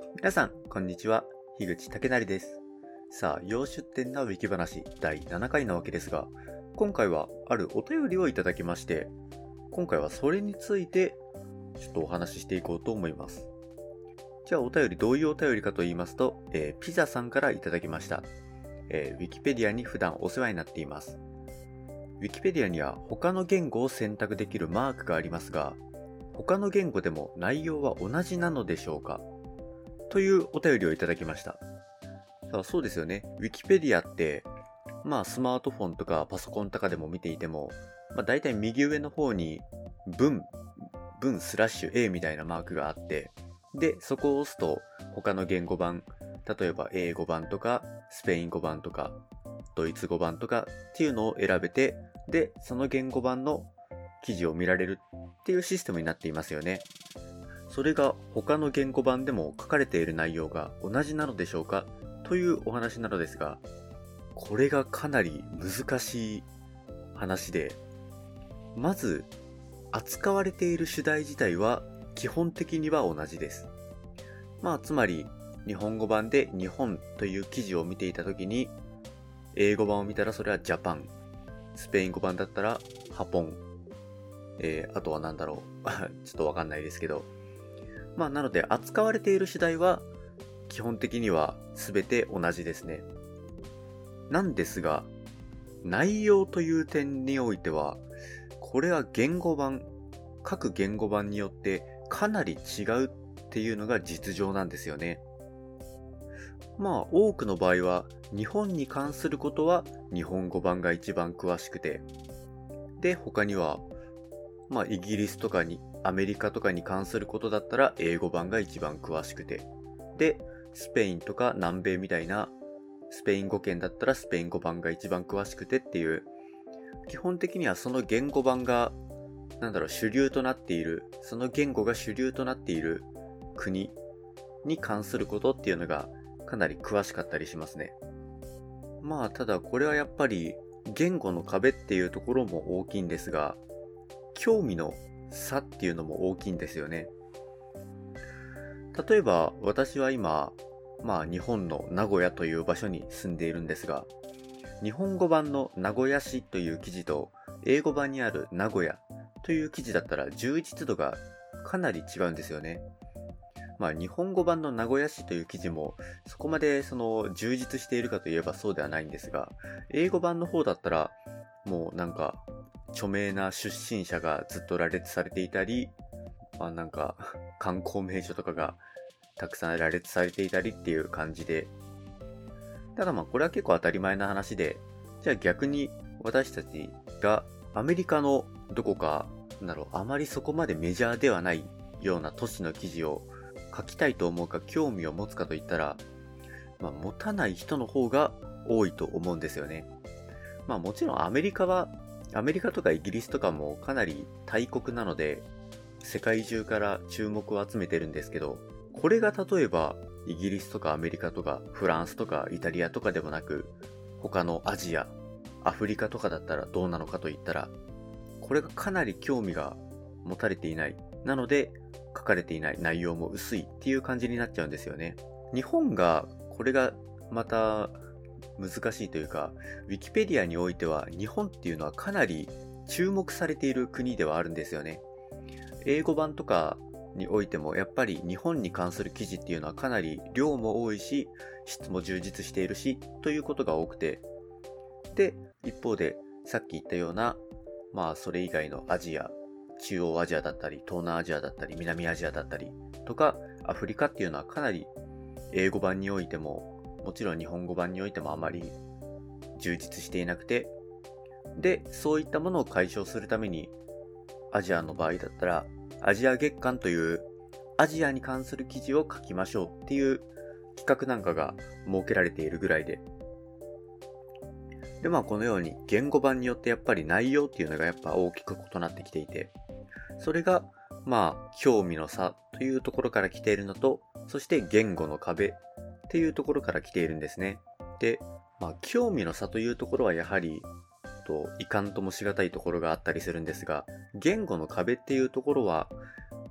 皆さん、こんにちは。樋口武成です。さあ、要出店なウィキ話第7回なわけですが、今回はあるお便りをいただきまして、今回はそれについてちょっとお話ししていこうと思います。じゃあお便りどういうお便りかと言いますと、ピザさんからいただきました。ウィキペディアに普段お世話になっています。ウィキペディアには他の言語を選択できるマークがありますが、他の言語でも内容は同じなのでしょうかというお便りをいただきました。そうですよね。ウィキペディアって、スマートフォンとかパソコンとかでも見ていても、大体右上の方に文スラッシュ A みたいなマークがあって、で、そこを押すと他の言語版、例えば英語版とかスペイン語版とかドイツ語版とかっていうのを選べて、で、その言語版の記事を見られるっていうシステムになっていますよね。それが他の言語版でも書かれている内容が同じなのでしょうかというお話なのですが、これがかなり難しい話で、まず扱われている主題自体は基本的には同じです。つまり日本語版で日本という記事を見ていたときに、英語版を見たらそれはジャパン、スペイン語版だったらハポン、あとは何だろうちょっとわかんないですけど、なので扱われている主題は基本的には全て同じですね。なんですが、内容という点においては、これは各言語版によってかなり違うっていうのが実情なんですよね。多くの場合は日本に関することは日本語版が一番詳しくて、で、他にはイギリスとかアメリカとかに関することだったら英語版が一番詳しくて、で、スペインとか南米みたいなスペイン語圏だったらスペイン語版が一番詳しくてっていう、基本的にはその言語版が主流となっている、その言語が主流となっている国に関することっていうのがかなり詳しかったりしますね。ただこれはやっぱり言語の壁っていうところも大きいんですが、興味の差っていうのも大きいんですよね。例えば私は今、日本の名古屋という場所に住んでいるんですが、日本語版の名古屋市という記事と英語版にある名古屋という記事だったら充実度がかなり違うんですよね。日本語版の名古屋市という記事もそこまで充実しているかといえばそうではないんですが、英語版の方だったらもう著名な出身者がずっと羅列されていたり、観光名所とかがたくさん羅列されていたりっていう感じで、ただこれは結構当たり前な話で、じゃあ逆に私たちがアメリカのどこかあまりそこまでメジャーではないような都市の記事を書きたいと思うか興味を持つかといったら、持たない人の方が多いと思うんですよね。もちろんアメリカとかイギリスとかもかなり大国なので世界中から注目を集めてるんですけど、これが例えばイギリスとかアメリカとかフランスとかイタリアとかでもなく、他のアジア、アフリカとかだったらどうなのかといったら、これがかなり興味が持たれていない。なので書かれていない内容も薄いっていう感じになっちゃうんですよね。日本がこれがまた難しいというか、ウィキペディアにおいては日本っていうのはかなり注目されている国ではあるんですよね。英語版とかにおいてもやっぱり日本に関する記事っていうのはかなり量も多いし、質も充実しているしということが多くて、で、一方でさっき言ったようなそれ以外のアジア、中央アジアだったり東南アジアだったり南アジアだったりとかアフリカっていうのはかなり英語版においてももちろん日本語版においてもあまり充実していなくて、で、そういったものを解消するためにアジアの場合だったらアジア月間というアジアに関する記事を書きましょうっていう企画なんかが設けられているぐらいで、このように言語版によってやっぱり内容っていうのがやっぱ大きく異なってきていて、それが興味の差というところから来ているのと、そして言語の壁っていうところから来ているんですね。で、興味の差というところはやはりいかんともしがたいところがあったりするんですが、言語の壁っていうところは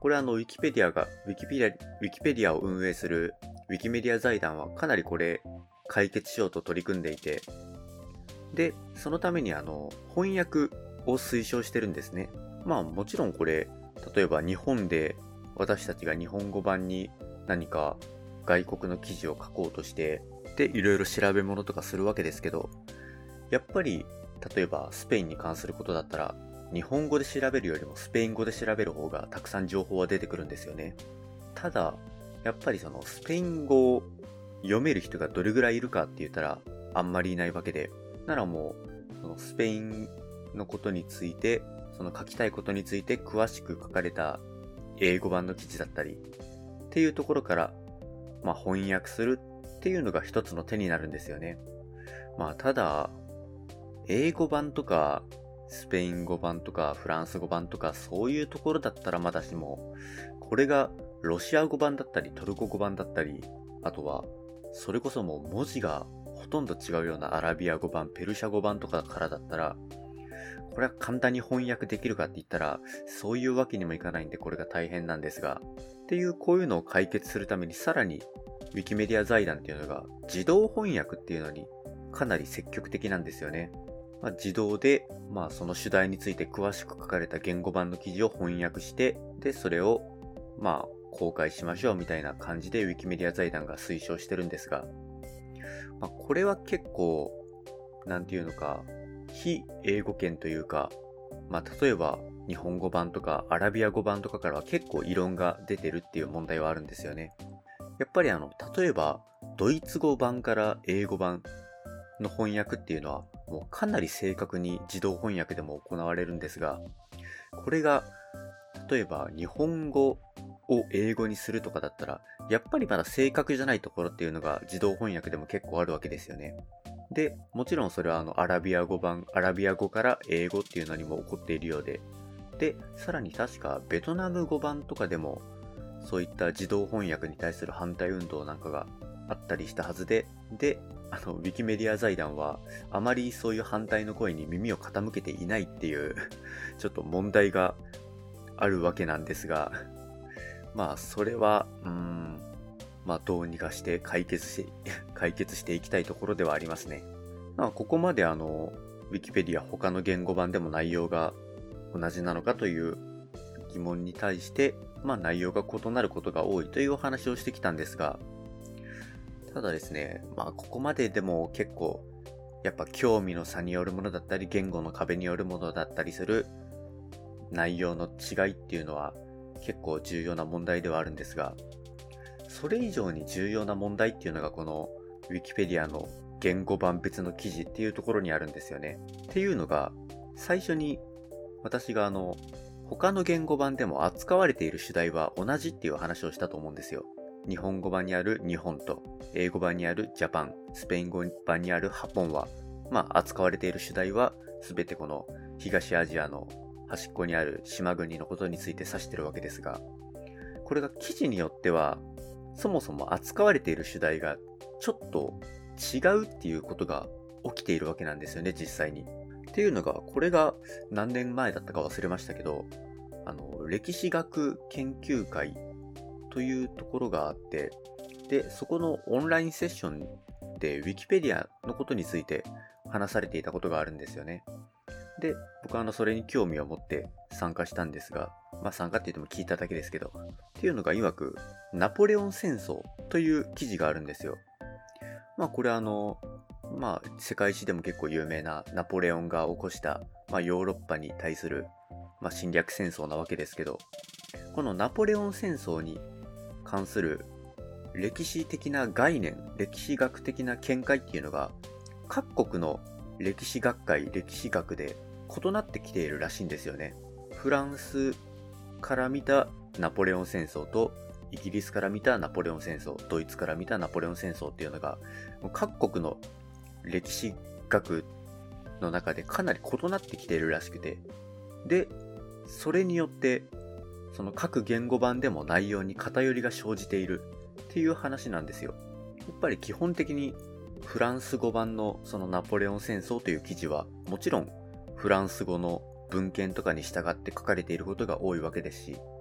これウィキペディアを運営するウィキメディア財団はかなりこれ解決しようと取り組んでいて、で、そのために翻訳を推奨してるんですね。もちろんこれ、例えば日本で私たちが日本語版に何か外国の記事を書こうとして、で、いろいろ調べ物とかするわけですけど、やっぱり、例えばスペインに関することだったら、日本語で調べるよりもスペイン語で調べる方がたくさん情報は出てくるんですよね。ただ、やっぱりそのスペイン語を読める人がどれぐらいいるかって言ったら、あんまりいないわけで、ならもう、そのスペインのことについて、その書きたいことについて詳しく書かれた英語版の記事だったりっていうところから、翻訳するっていうのが一つの手になるんですよね。ただ、英語版とかスペイン語版とかフランス語版とかそういうところだったらまだしも、これがロシア語版だったりトルコ語版だったり、あとはそれこそもう文字がほとんど違うようなアラビア語版、ペルシャ語版とかからだったら、これは簡単に翻訳できるかって言ったら、そういうわけにもいかないんでこれが大変なんですが、っていうこういうのを解決するためにさらにウィキメディア財団っていうのが自動翻訳っていうのにかなり積極的なんですよね。自動で、その主題について詳しく書かれた言語版の記事を翻訳して、で、それを、公開しましょうみたいな感じでウィキメディア財団が推奨してるんですが、これは結構、なんていうのか、非英語圏というか、例えば日本語版とかアラビア語版とかからは結構異論が出てるっていう問題はあるんですよね。やっぱり例えばドイツ語版から英語版の翻訳っていうのはもうかなり正確に自動翻訳でも行われるんですが、これが例えば日本語を英語にするとかだったら、やっぱりまだ正確じゃないところっていうのが自動翻訳でも結構あるわけですよね。で、もちろんそれはアラビア語から英語っていうのにも起こっているようで、で、さらに確かベトナム語版とかでもそういった自動翻訳に対する反対運動なんかがあったりしたはずで、で、ウィキメディア財団はあまりそういう反対の声に耳を傾けていないっていうちょっと問題があるわけなんですが、それはどうにかして解決していきたいところではありますね。ここまでウィキペディア他の言語版でも内容が同じなのかという疑問に対して、内容が異なることが多いというお話をしてきたんですが、ただですね、ここまででも結構やっぱ興味の差によるものだったり言語の壁によるものだったりする内容の違いっていうのは結構重要な問題ではあるんですが、それ以上に重要な問題っていうのがこの Wikipedia の言語版別の記事っていうところにあるんですよね。っていうのが、最初に私が他の言語版でも扱われている主題は同じっていう話をしたと思うんですよ。日本語版にある日本と、英語版にあるジャパン、スペイン語版にあるハポンは、扱われている主題は全てこの東アジアの端っこにある島国のことについて指しているわけですが、これが記事によってはそもそも扱われている主題がちょっと違うっていうことが起きているわけなんですよね、実際に。っていうのが、これが何年前だったか忘れましたけど、歴史学研究会というところがあって、で、そこのオンラインセッションで Wikipedia のことについて話されていたことがあるんですよね。で、僕はそれに興味を持って参加したんですが、参加って言っても聞いただけですけど、っていうのが曰く、ナポレオン戦争という記事があるんですよ。これ世界史でも結構有名なナポレオンが起こした、ヨーロッパに対する、侵略戦争なわけですけど、このナポレオン戦争に関する歴史的な概念、歴史学的な見解っていうのが、各国の歴史学会、歴史学で異なってきているらしいんですよね。フランスから見たナポレオン戦争と、イギリスから見たナポレオン戦争、ドイツから見たナポレオン戦争っていうのが、各国の歴史学の中でかなり異なってきているらしくて、で、それによって、その各言語版でも内容に偏りが生じているっていう話なんですよ。やっぱり基本的にフランス語版のそのナポレオン戦争という記事はもちろんフランス語の文献とかに従って書かれていることが多いわけですし、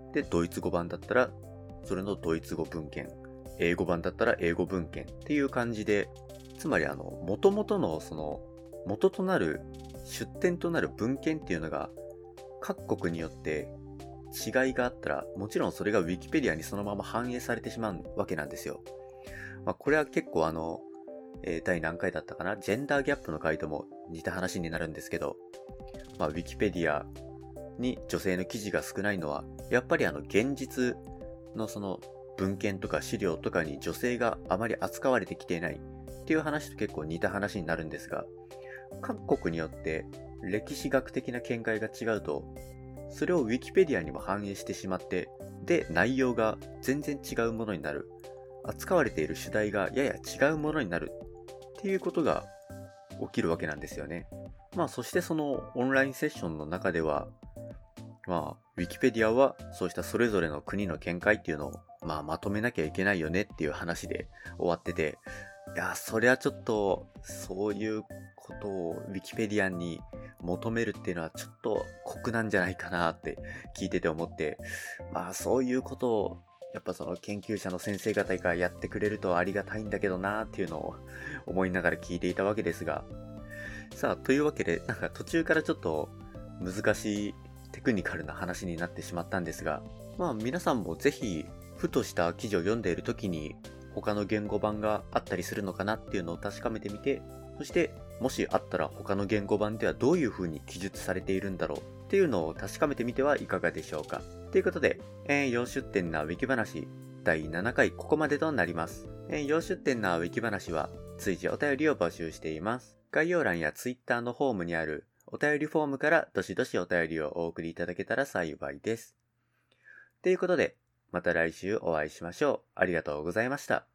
で、ドイツ語版だったら、それのドイツ語文献。英語版だったら英語文献っていう感じで、つまり元々の元となる出典となる文献っていうのが各国によって違いがあったら、もちろんそれが Wikipedia にそのまま反映されてしまうわけなんですよ。これは結構第何回だったかな、ジェンダーギャップの回とも似た話になるんですけど、Wikipedia に女性の記事が少ないのは、やっぱり現実の文献とか資料とかに女性があまり扱われてきていないっていう話と結構似た話になるんですが、各国によって歴史学的な見解が違うと、それを Wikipedia にも反映してしまって、で、内容が全然違うものになる。扱われている主題がやや違うものになるっていうことが起きるわけなんですよね。そしてそのオンラインセッションの中では、Wikipedia はそうしたそれぞれの国の見解っていうのをまとめなきゃいけないよねっていう話で終わってて、いや、そりゃちょっとそういうことを Wikipedia に求めるっていうのはちょっと酷なんじゃないかなって聞いてて思って、そういうことをやっぱその研究者の先生方がやってくれるとありがたいんだけどなっていうのを思いながら聞いていたわけですが、さあ、というわけで途中からちょっと難しいテクニカルな話になってしまったんですが、皆さんもぜひふとした記事を読んでいる時に他の言語版があったりするのかなっていうのを確かめてみて、そしてもしあったら他の言語版ではどういう風に記述されているんだろうっていうのを確かめてみてはいかがでしょうか。ということで、要出典なウィキ話第7回ここまでとなります。要出典なウィキ話は随時お便りを募集しています。概要欄や Twitter のフォームにあるお便りフォームからどしどしお便りをお送りいただけたら幸いです。ということで、また来週お会いしましょう。ありがとうございました。